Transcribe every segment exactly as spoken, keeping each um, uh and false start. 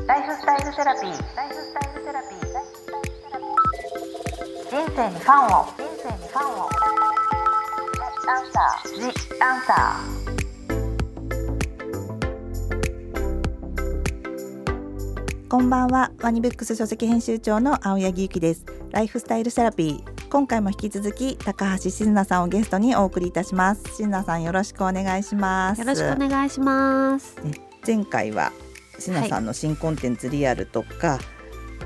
ライフスタイルセラピー。ライフスタイルセラピー。人生にファンを。人生にファンを。アンサー。ジアンサー。こんばんは。ワニブックス書籍編集長の青柳ゆきです。ライフスタイルセラピー。今回も引き続き高橋静奈さんをゲストにお送りいたします。静奈さん、よろしくお願いします。 よろしくお願いします。 ね、前回は静奈さんの新コンテンツリアルとか、はい、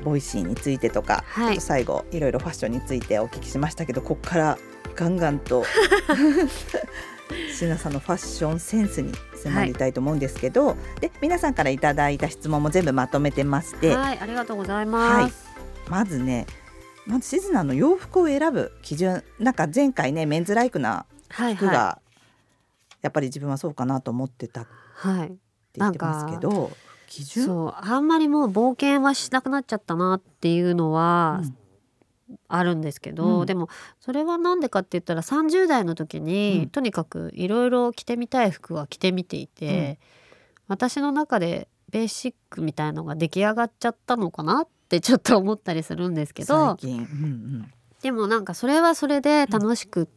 ボイシーについてとか、はい、ちょっと最後いろいろファッションについてお聞きしましたけど、ここからガンガンと静奈さんのファッションセンスに迫りたいと思うんですけど、はい、で皆さんからいただいた質問も全部まとめてまして、 はい、ありがとうございます。 はい、まずねまず静奈の洋服を選ぶ基準、なんか前回ねメンズライクな服が、はいはい、やっぱり自分はそうかなと思ってたって言ってますけど、基準そうあんまりもう冒険はしなくなっちゃったなっていうのは、うん、あるんですけど、うん、でもそれはなんでかって言ったらさんじゅう代の時に、うん、とにかくいろいろ着てみたい服は着てみていて、うん、私の中でベーシックみたいのが出来上がっちゃったのかなってちょっと思ったりするんですけど、 最近、うんうん、 でもなんかそれはそれで楽しくって、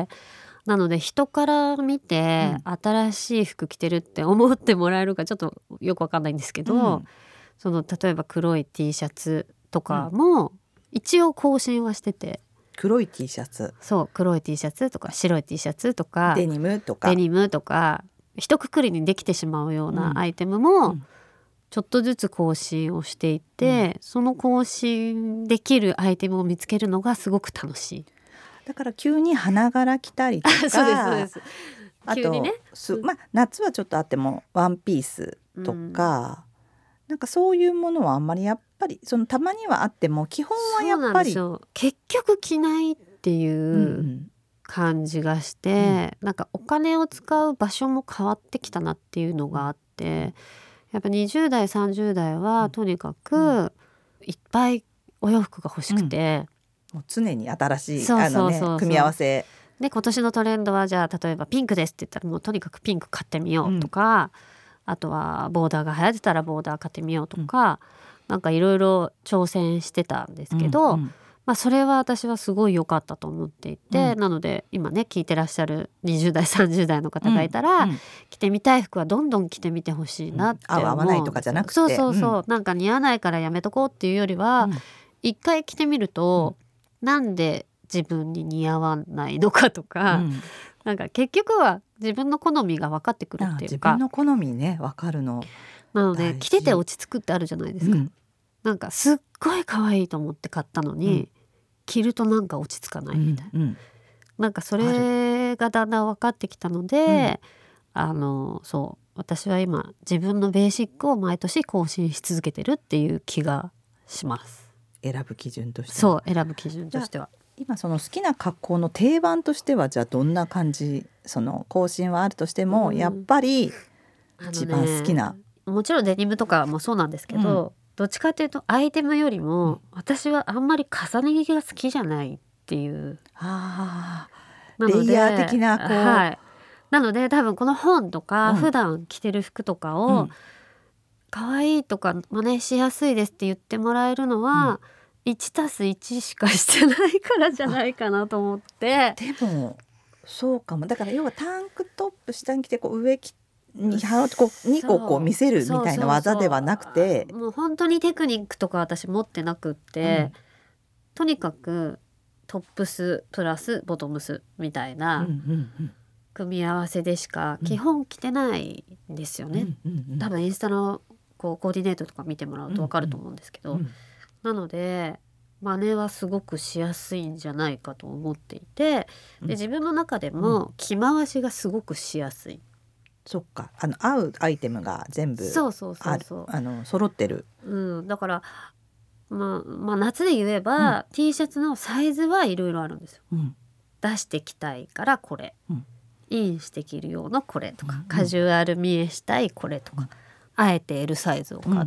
うん、なので人から見て、うん、新しい服着てるって思ってもらえるかちょっとよくわかんないんですけど、うん、その例えば黒い T シャツとかも一応更新はしてて、 黒い T シャツ、 そう黒い T シャツとか白い T シャツとかデニムとかデニムとか一括りにできてしまうようなアイテムも、うんちょっとずつ更新をしていて、うん、その更新できるアイテムを見つけるのがすごく楽しい。 だから急に花柄着たりとかそうですそうです。 あと急にね、 まあ、夏はちょっとあってもワンピースとか、うん、なんかそういうものはあんまりやっぱりそのたまにはあっても基本はやっぱり結局着ないっていう感じがして、うんうん、なんかお金を使う場所も変わってきたなっていうのがあって、うんやっぱにじゅう代さんじゅう代はとにかくいっぱいお洋服が欲しくて、 うん、もう常に新しいあの、ね、組み合わせで今年のトレンドはじゃあ例えばピンクですって言ったらもうとにかくピンク買ってみようとか、うん、あとはボーダーが流行ってたらボーダー買ってみようとか、うん、なんかいろいろ挑戦してたんですけど、うんうんまあ、それは私はすごい良かったと思っていて、うん、なので今ね聞いてらっしゃるにじゅう代さんじゅう代の方がいたら、うんうん、着てみたい服はどんどん着てみてほしいなって思う、 うん、合う合わないとかじゃなくてそうそうそう、うん、なんか似合わないからやめとこうっていうよりは、うん、一回着てみると、うん、なんで自分に似合わないのかとか、うん、なんか結局は自分の好みが分かってくるっていうか、 自分の好みね分かるのなので着てて落ち着くってあるじゃないですか、うん、なんかすっごい可愛いと思って買ったのに、うん着るとなんか落ち着かないみたいな、うんうん、なんかそれがだんだん分かってきたので、うん、あのそう私は今自分のベーシックを毎年更新し続けてるっていう気がします。 選ぶ基準としてはそう選ぶ基準としては今その好きな格好の定番としてはじゃあどんな感じ、その更新はあるとしても、うん、やっぱり一番好きな、 ね、もちろんデニムとかもそうなんですけど、うんどっちかというとアイテムよりも、うん、私はあんまり重ね着が好きじゃないっていうあなのでレイヤー的なこう、 はい、なので多分この本とか、うん、普段着てる服とかを、うん、可愛いとか真似しやすいですって言ってもらえるのは、うん、いちたすいちしかしてないからじゃないかなと思ってでもそうかも。だから要はタンクトップ下に着てこう上着てにこにここう見せるみたいな技ではなくて、 もう本当にテクニックとか私持ってなくって、うん、とにかくトップスプラスボトムスみたいな組み合わせでしか基本着てないんですよね、うんうんうん、多分インスタのこうコーディネートとか見てもらうと分かると思うんですけど、うんうん、なので真似はすごくしやすいんじゃないかと思っていて、で自分の中でも着回しがすごくしやすい、 そっかあの合うアイテムが全部そうそうそうそうあの揃ってる、 うん、だから、まあ、まあ夏で言えば、うん、T シャツのサイズはいろいろあるんですよ、うん、出してきたいからこれ、うん、インして着る用のこれとか、うん、カジュアル見えしたいこれとか、うん、あえて L サイズを買って、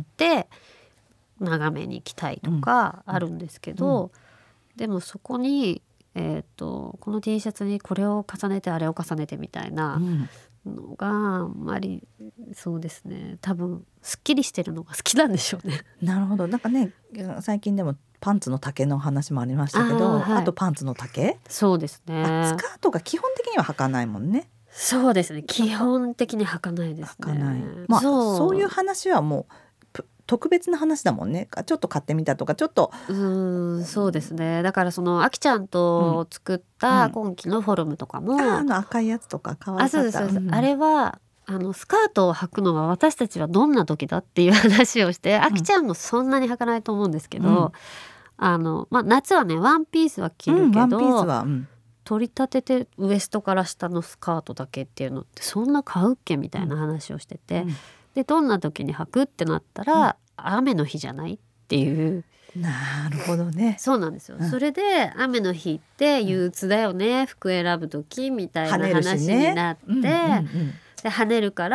うん、長めに着たいとかあるんですけど、うんうん、でもそこに、えーと、この T シャツにこれを重ねてあれを重ねてみたいな、うんのがあんまりそうですね、多分すっきりしてるのが好きなんでしょうね。 なるほど。なんかね最近でもパンツの丈の話もありましたけど あ,、はい、あとパンツの丈、 そうですね、 スカートが基本的には履かないもんね。 そうですね、基本的に履かないですね。 履かない、まあ、そう、そういう話はもう特別な話だもんね。ちょっと買ってみたとかちょっとうーんそうですね。だからそのあきちゃんと作った今期のフォルムとかも、うんうん、 あ, あの赤いやつとか可愛かった。あ、そうですそうです、うん、 あれはあのスカートを履くのは私たちはどんな時だっていう話をして、うん、あきちゃんもそんなに履かないと思うんですけど、うん、あのまあ、夏はねワンピースは着るけど、うん、ワンピースは、うん、取り立ててウエストから下のスカートだけっていうのってそんな買うっけみたいな話をしてて、うん、でどんな時に履くってなったら、うん、雨の日じゃないっていう。 なるほどね。 そうなんですよ、うん、それで雨の日って憂鬱だよね、うん、服選ぶ時みたいな話になって、ね、うんうんうん、で跳ねるから、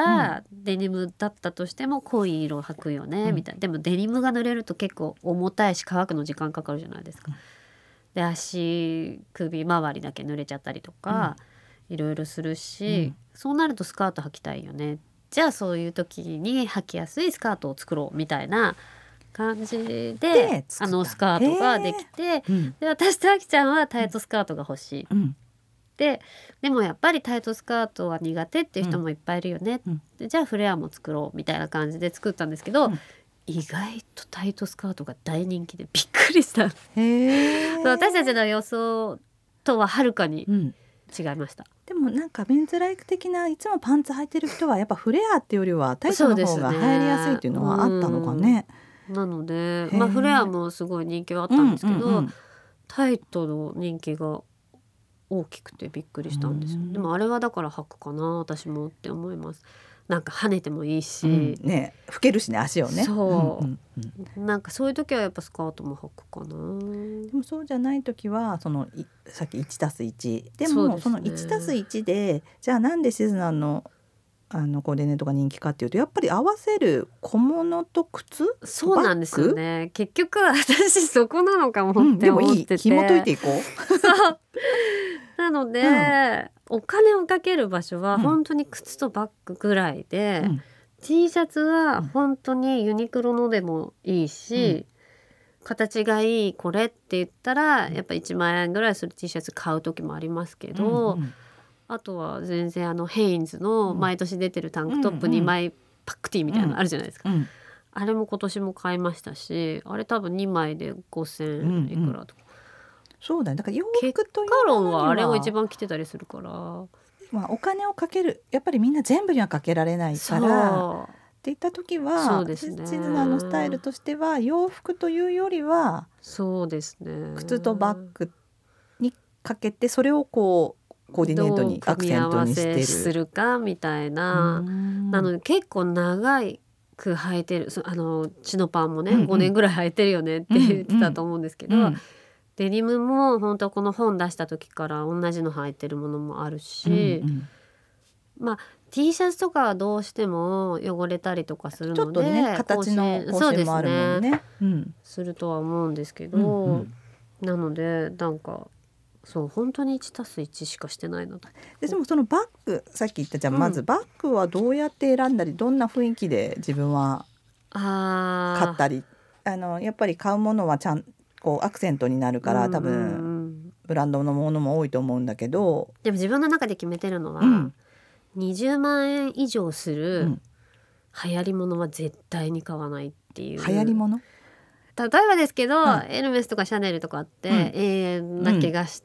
うん、デニムだったとしても濃い色を履くよね、うん、みたいな。でもデニムが濡れると結構重たいし乾くの時間かかるじゃないですか、うん、で足首周りだけ濡れちゃったりとか、うん、いろいろするし、うん、そうなるとスカート履きたいよね。じゃあそういう時に履きやすいスカートを作ろうみたいな感じ で, であのスカートができて、うん、で私とあきちゃんはタイトスカートが欲しい、うん、で, でもやっぱりタイトスカートは苦手っていう人もいっぱいいるよね、うん、でじゃあフレアも作ろうみたいな感じで作ったんですけど、うん、意外とタイトスカートが大人気でびっくりした。へ私たちの予想とははるかに違いました、 うん、でもなんかメンズライク的ないつもパンツ履いてる人はやっぱフレアっていうよりはタイトの方が入りやすいっていうのはあったのかね。 なので、まあ、フレアもすごい人気はあったんですけど、うんうんうん、タイトの人気が大きくてびっくりしたんですよ。でもあれはだから履くかな私もって思います。なんか跳ねてもいいし、うんね、拭けるしね足をね。 そう、うんうんうん、なんかそういう時はやっぱスカートも履くかな。 でもそうじゃない時はそのさっき いちたすいち でも そ,、ね、その いちたすいち でじゃあなんでシズナのあのコーディネートが人気かっていうとやっぱり合わせる小物と靴。 そうなんですよね。結局私そこなのかもって思ってて、うん、でもいい紐解いていこうそうなので、うん、お金をかける場所は本当に靴とバッグぐらいで、うん、T シャツは本当にユニクロのでもいいし、うん、形がいいこれって言ったらやっぱいちまんえんぐらいする T シャツ買う時もありますけど、うんうん、あとは全然あのヘインズの毎年出てるタンクトップにまいパックティーみたいなのあるじゃないですか、うんうん、あれも今年も買いましたし、あれ多分にまいでごせんいくらとか、うんうん、 そうだね。だから洋服という結果論はあれを一番着てたりするから、 まあ、お金をかけるやっぱりみんな全部にはかけられないからっていった時はそうですね、シズナのスタイルとしては洋服というよりはそうですね靴とバッグにかけてそれをこうコーディネートにアクセントにしてるどう組み合わせするかみたいな。なので結構長く履いてるあのチノパンもね、うんうん、ごねんぐらい履いてるよねって言ってたと思うんですけど、うんうん、デニムも本当この本出した時から同じの履いてるものもあるし、うんうん、まあ T シャツとかはどうしても汚れたりとかするのでちょっとね形の更新もあるもんね、ね、うん、 するとは思うんですけど、うんうん、なのでなんかそう本当に いちたすいち しかしてないのと。 でもそのバッグさっき言ったじゃん、うん、まずバッグはどうやって選んだりどんな雰囲気で自分は買ったり あ, あのやっぱり買うものはちゃんこうアクセントになるから、うん、多分ブランドのものも多いと思うんだけど、 でも自分の中で決めてるのは、うん、にじゅうまんえん以上する流行り物は絶対に買わないっていう。 流行り物例えばですけど、うん、エルメスとかシャネルとかって、うん、永遠な気がして、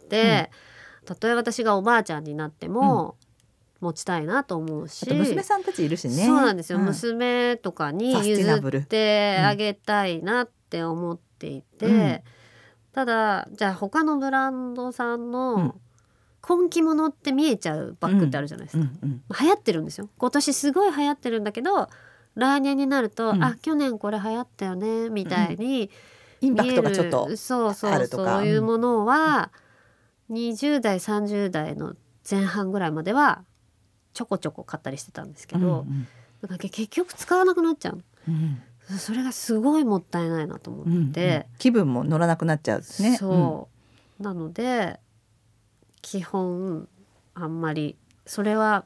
うん、たとえ私がおばあちゃんになっても、持ちたいなと思うし、 あと娘さんたちいるしね。 そうなんですよ、娘とかに譲ってあげたいなって思っていて、ただじゃあ他のブランドさんの今季物って見えちゃうバッグってあるじゃないですか、うんうんうん、流行ってるんですよ。今年すごい流行ってるんだけど来年になると、うん、あ去年これ流行ったよねみたいに、 うん、インパクトがちょっとあるとか、 そうそうそういうものは、うん、にじゅうだいさんじゅうだいの前半ぐらいまではちょこちょこ買ったりしてたんですけど、うんうん、なんか結局使わなくなっちゃう、うん、それがすごいもったいないなと思って、うんうん、 気分も乗らなくなっちゃうんですね。 そう、うん、なので基本あんまりそれは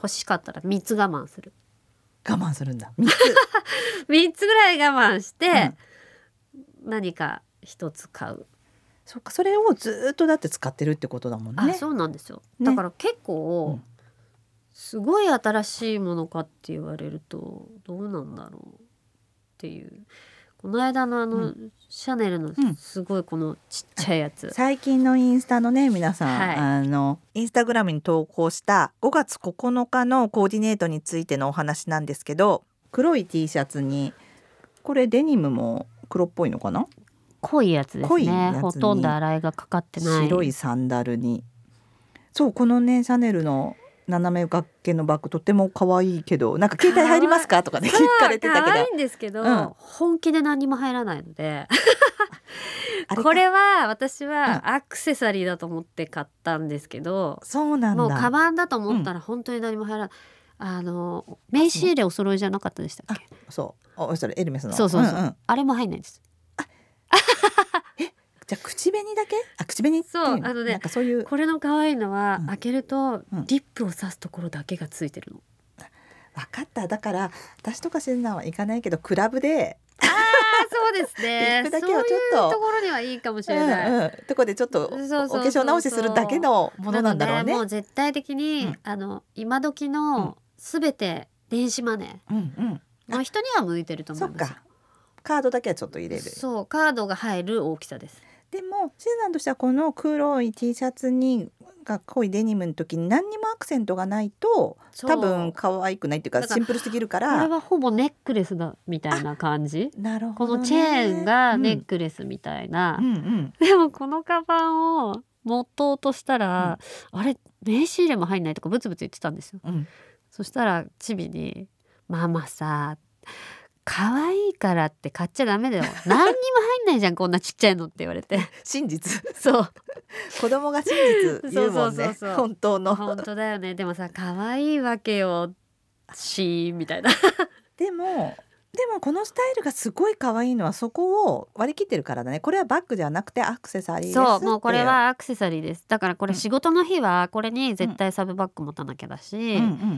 欲しかったらみっつ我慢する。 我慢するんだ。みっつみっつぐらい我慢して、うん、何かひとつ買う。 そっか、それをずっとだって使ってるってことだもんね。 あ、そうなんですよ、ね、だから結構、うん、すごい新しいものかって言われるとどうなんだろうっていう。この間のあの、うん、シャネルのすごいこのちっちゃいやつ、 うん、最近のインスタのね皆さん、はい、あのインスタグラムに投稿したごがつここのかのコーディネートについてのお話なんですけど、黒い T シャツにこれデニムも黒っぽいのかな、 濃いやつですね。ほとんど洗いがかかってない白いサンダルに、そうこのねシャネルの斜め掛けのバッグとても可愛いけど、なんか携帯入りますかとかね聞かれてたけど、 可愛いんですけど、うん、本気で何も入らないのでこれは私はアクセサリーだと思って買ったんですけど、 うん、そうなんだ。 もうカバンだと思ったら本当に何も入らない、うん、あの名刺入れお揃いじゃなかったでしたっけ。 あ、そうおそれエルメスのそうそうそう、うんうん、あれも入んないです。 えじゃあ口紅だけ？あ、口紅っていう、 そうあのね、 なんかそういうこれの可愛いのは、うん、開けるとリップを刺すところだけがついてるの。 分かった。だから私とかしんなは行かないけどクラブであそうですねリップだけをちょっとそういうところにはいいかもしれない、 うんうん、とこでちょっとお化粧直しするだけのものなんだろうね。 もう絶対的に、うん、あの今時のすべて電子マネーの人には向いてると思います、うんうん、そっかカードだけはちょっと入れる。 そうカードが入る大きさです。 でもしずさんとしてはこの黒い T シャツにが濃いデニムの時に何にもアクセントがないと多分可愛くないっていうかシンプルすぎるから、 これはほぼネックレスだみたいな感じ。 なるほどね、 このチェーンがネックレスみたいな、うんうんうん、でもこのカバンを持とうとしたら、うん、あれ名刺入れも入んないとかブツブツ言ってたんですよ、うん、そしたらチビにママさ可愛いからって買っちゃダメだよ何にも入んないじゃんこんなちっちゃいのって言われて真実そう子供が真実言うもんね。そうそうそうそう、本当の本当だよね。でもさ可愛いわけよしみたいなでもでもこのスタイルがすごい可愛いのはそこを割り切ってるからだね。これはバッグじゃなくてアクセサリーですって。 そうもうこれはアクセサリーです。だからこれ仕事の日はこれに絶対サブバッグ持たなきゃだし、うんうん、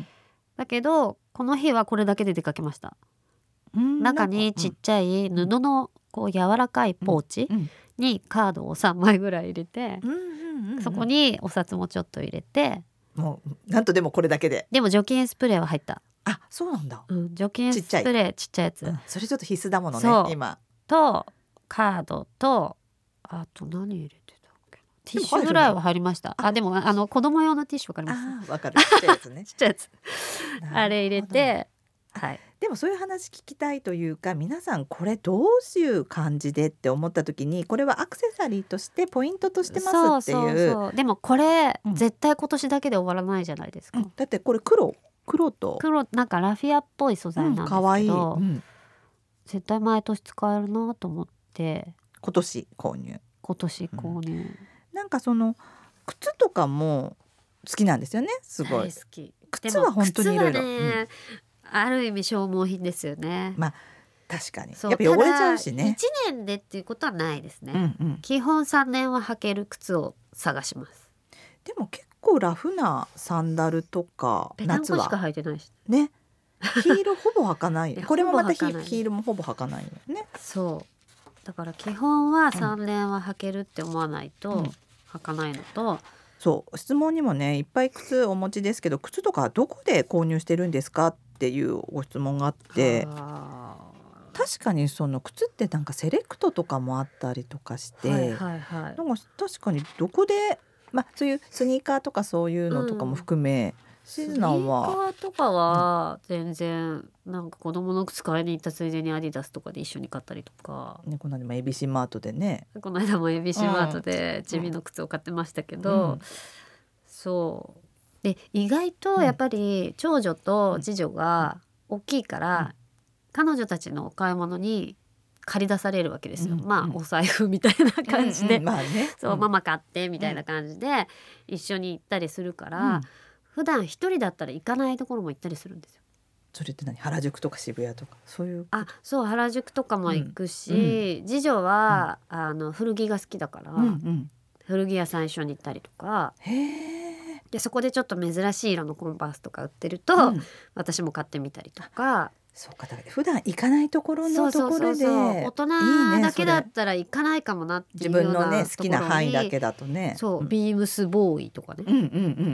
だけどこの日はこれだけで出かけました。中にちっちゃい布のこう柔らかいポーチにカードをさんまいぐらい入れて、そこにお札もちょっと入れて、 もうなんとでもこれだけで。 でも除菌スプレーは入った。 あ、そうなんだ、 うん、除菌スプレーちっちゃいやつ、うん、 それちょっと必須だものね今。 とカードとあと何入れてたっけ。ティッシュぐらいは入りました。あ, あでもあの子供用のティッシュわかります。 あ、わかる。ちっちゃいやつねちっちゃいやつあれ入れて、はい、 でもそういう話聞きたいというか、皆さんこれどういう感じでって思った時にこれはアクセサリーとしてポイントとしてますっていう。そうそうそう。 でもこれ、うん、絶対今年だけで終わらないじゃないですか、うん、 だってこれ黒黒と黒なんかラフィアっぽい素材なんですけど、うん、かわいい、うん、絶対毎年使えるなと思って今年購入今年購入、うん、 なんかその靴とかも好きなんですよね。すごい大好き。 靴は本当にいろいろ、 ある意味消耗品ですよね。 まあ確かにやっぱ汚れちゃうしね。 いちねんでっていうことはないですね、うんうん、基本さんねんは履ける靴を探します。 でも結構ラフなサンダルとか夏はペタンコしか履いてないしね。ヒールほぼ履かないこれもまたヒールもほぼ履かないよね。 そうだから基本はさんねんは履けるって思わないと、うん、履かないのと、 そう質問にもねいっぱい靴お持ちですけど靴とかどこで購入してるんですかっていうご質問があって、確かにその靴ってなんかセレクトとかもあったりとかして、はいはいはい、なんか確かにどこで、まあ、そういうスニーカーとかそういうのとかも含め、うん、シズナはスニーカーとかは全然なんか子供の靴買いに行ったついでにアディダスとかで一緒に買ったりとか、 ね、この間もエビシマートでねこの間もエビシマートでチビの靴を買ってましたけど、うんうん、そうで意外とやっぱり長女と次女が大きいから、うん、彼女たちのお買い物に借り出されるわけですよ、うんうん、まあお財布みたいな感じで、うんうんまあね、そう、うん、ママ買ってみたいな感じで一緒に行ったりするから、うん、普段一人だったら行かないところも行ったりするんですよ。 それって何？原宿とか渋谷とかそういう？ あ、そう原宿とかも行くし、うん、次女は、うん、あの古着が好きだから、うんうん、古着屋さん一緒に行ったりとか。 へーでそこでちょっと珍しい色のコンバースとか売ってると、うん、私も買ってみたりとか。 そうか、だから普段行かないところのところで、 大人だけだったら行かないかもなっていうような、 自分のね好きな範囲だけだとね、 そう、うん、ビームスボーイとかね、 うんうんうん、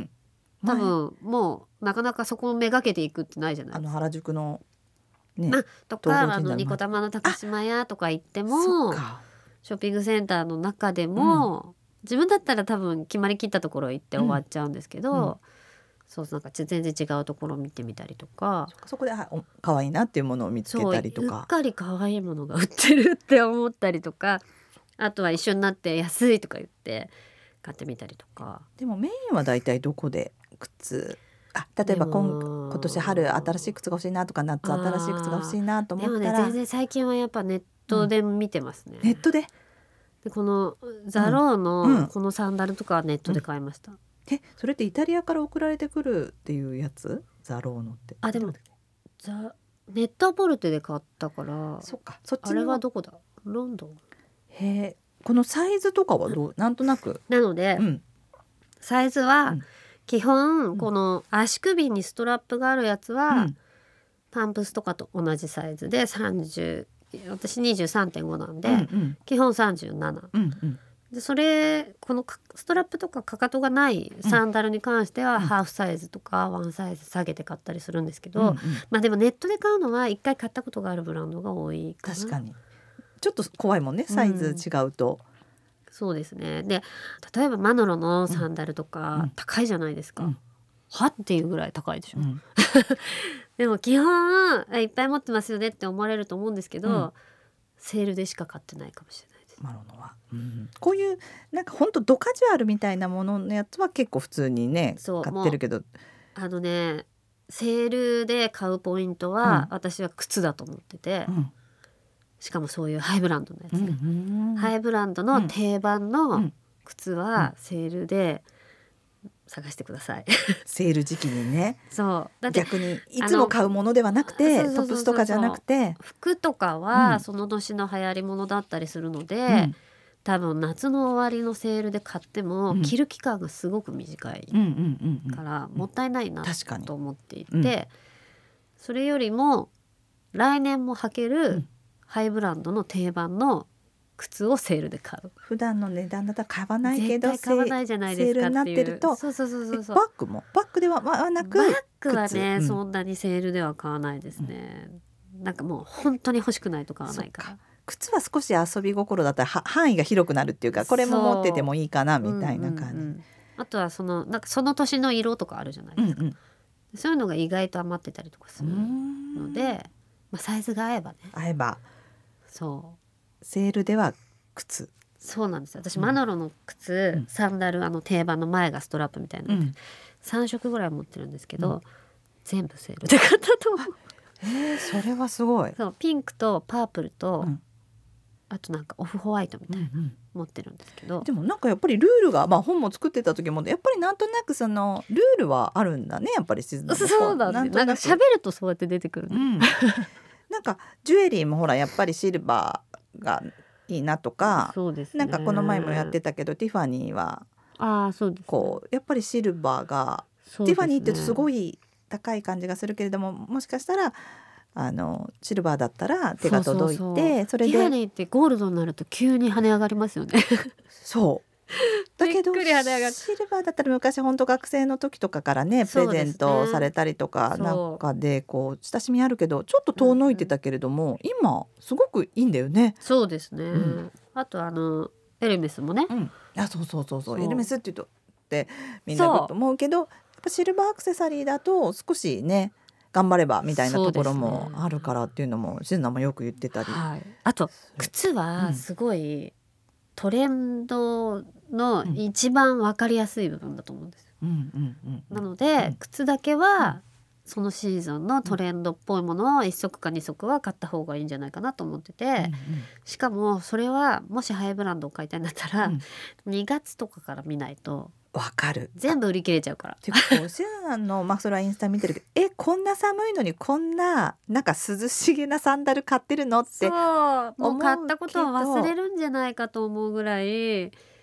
多分もうなかなかそこをめがけていくってないじゃないですか。 あの原宿のね、 まあ、とかあのニコタマの高島屋とか行ってもショッピングセンターの中でも、うん、自分だったら多分決まりきったところ行って終わっちゃうんですけど、うんうん、そうなんか全然違うところを見てみたりとか、 そこで可愛いなっていうものを見つけたりとか、 そううっかり可愛いものが売ってるって思ったりとか、あとは一緒になって安いとか言って買ってみたりとか。 でもメインはだいたいどこで靴、あ例えば 今, 今年春新しい靴が欲しいなとか、夏新しい靴が欲しいなと思ったら、 でもね全然最近はやっぱネットで見てますね、 うん、ネットででこのザローのこのサンダルとかはネットで買いました、うんうん、えそれってイタリアから送られてくるっていうやつ？ザローのって。 あでもザネットポルテで買ったから。 そっか、そっちのあれはどこだ、ロンドン。 へえ、このサイズとかはどうなんとなくなので、うん、サイズは基本この足首にストラップがあるやつは、うん、パンプスとかと同じサイズでさんじゅう、私 にじゅうさんてんご なんで、うんうん、基本さんじゅうなな、うんうん、でそれこのストラップとかかかとがないサンダルに関しては、うん、ハーフサイズとかワンサイズ下げて買ったりするんですけど、うんうん、まあでもネットで買うのは一回買ったことがあるブランドが多いかな。 確かにちょっと怖いもんね、サイズ違うと、うん、 そうですね。で例えばマノロのサンダルとか高いじゃないですか、うん、はっていうぐらい高いでしょ、うん、でも基本いっぱい持ってますよねって思われると思うんですけど、うん、セールでしか買ってないかもしれないです。 マロノは、うん、こういうなんかほんとドカジュアルみたいなもののやつは結構普通にね買ってるけど、 あのねセールで買うポイントは、うん、私は靴だと思ってて、うん、しかもそういうハイブランドのやつね、うんうん、ハイブランドの定番の靴はセールで探してください、うん、 セール時期にね。 そうだって逆にいつも買うものではなくてトップスとかじゃなくて服とかはその年の流行り物だったりするので、うん、多分夏の終わりのセールで買っても着る期間がすごく短いからもったいないなと思っていて、うん、それよりも来年も履ける、うんハイブランドの定番の靴をセールで買う。 普段の値段だったら買わないけど絶対買わないじゃないですかっていうセールになってると。 そうそうそうそうそう。 バッグもバッグでははなくバッグはね、うん、そんなにセールでは買わないですね、うん、なんかもう本当に欲しくないと買わないから。 靴は少し遊び心だったら範囲が広くなるっていうか、これも持っててもいいかなみたいな感じ、うんうんうん、 あとはそのなんかその年の色とかあるじゃないですか、うんうん、そういうのが意外と余ってたりとかするので、まあ、サイズが合えばね合えばそうセールでは靴。 そうなんですよ。私、うん、マノロの靴、うん、サンダルあの定番の前がストラップみたいな、うん、さんしょくぐらい持ってるんですけど、うん、全部セールで買ったと思う。 えー、それはすごい。 そうピンクとパープルと、うん、あとなんかオフホワイトみたいな、うんうん、持ってるんですけど、 でもなんかやっぱりルールが、まあ、本も作ってた時もやっぱりなんとなくそのルールはあるんだね、やっぱりシズナー。そうだね。なんか喋るとそうやって出てくる、ね、うんなんかジュエリーもほらやっぱりシルバーがいいなとか、 そうですね、 なんかこの前もやってたけどティファニーはあーそうです、ね、 こうやっぱりシルバーが、ね、ティファニーってすごい高い感じがするけれども、もしかしたらあのシルバーだったら手が届いて、そうそうそう、 それでティファニーってゴールドになると急に跳ね上がりますよね。 そうだけどシルバーだったら昔本当学生の時とかからねプレゼントされたりとかなんかでこう親しみあるけどちょっと遠のいてたけれども、うんうん、今すごくいいんだよね。 そうですね、うん、あとあのエルメスもね、 うん、あそうそうそうそうエルメスって言うとってみんな言うと思うけど、やっぱシルバーアクセサリーだと少しね頑張ればみたいなところもあるからっていうのもシズナもよく言ってたり、 はい、あと靴はすごい、うんトレンドの一番分かりやすい部分だと思うんです、うんうんうん、なので、うん、靴だけはそのシーズンのトレンドっぽいものをいっそくかにそくは買った方がいいんじゃないかなと思ってて、うんうん、しかもそれはもしハイブランドを買いたいんだったら、うん、にがつとかから見ないとわかる、 全部売り切れちゃうから。 てかシズナの、まあ、それはインスタ見てるけどえこんな寒いのにこんななんか涼しげなサンダル買ってるのってそうもう買ったことを忘れるんじゃないかと思うぐらい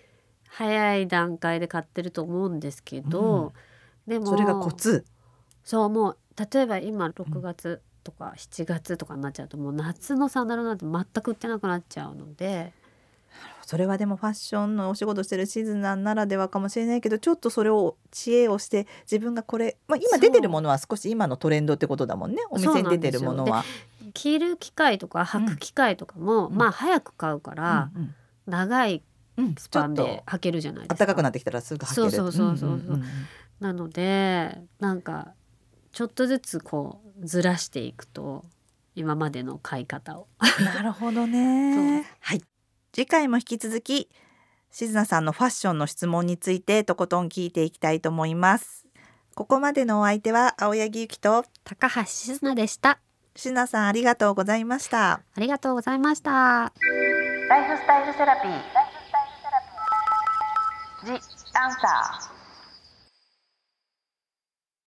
早い段階で買ってると思うんですけど、うん、でもそれがコツ。 そうもう例えば今ろくがつとかしちがつとかになっちゃうと、もう夏のサンダルなんて全く売ってなくなっちゃうので。 それはでもファッションのお仕事してるしずなならではかもしれないけど、ちょっとそれを知恵をして自分がこれ、まあ、今出てるものは少し今のトレンドってことだもんね。お店に出てるものは着る機会とか履く機会とかも、うん、まあ早く買うから、うんうん、長いスパンで履けるじゃないですか。 暖かくなってきたらすぐ履ける。 そうそうそうそう、うんうんうん、なのでなんかちょっとずつこうずらしていくと今までの買い方をなるほどねはい、次回も引き続きしずなさんのファッションの質問についてとことん聞いていきたいと思います。ここまでのお相手は青柳ゆきと高橋しずなでした。 しずなさんありがとうございました。 ありがとうございました。 ライフスタイルセラピー The Answer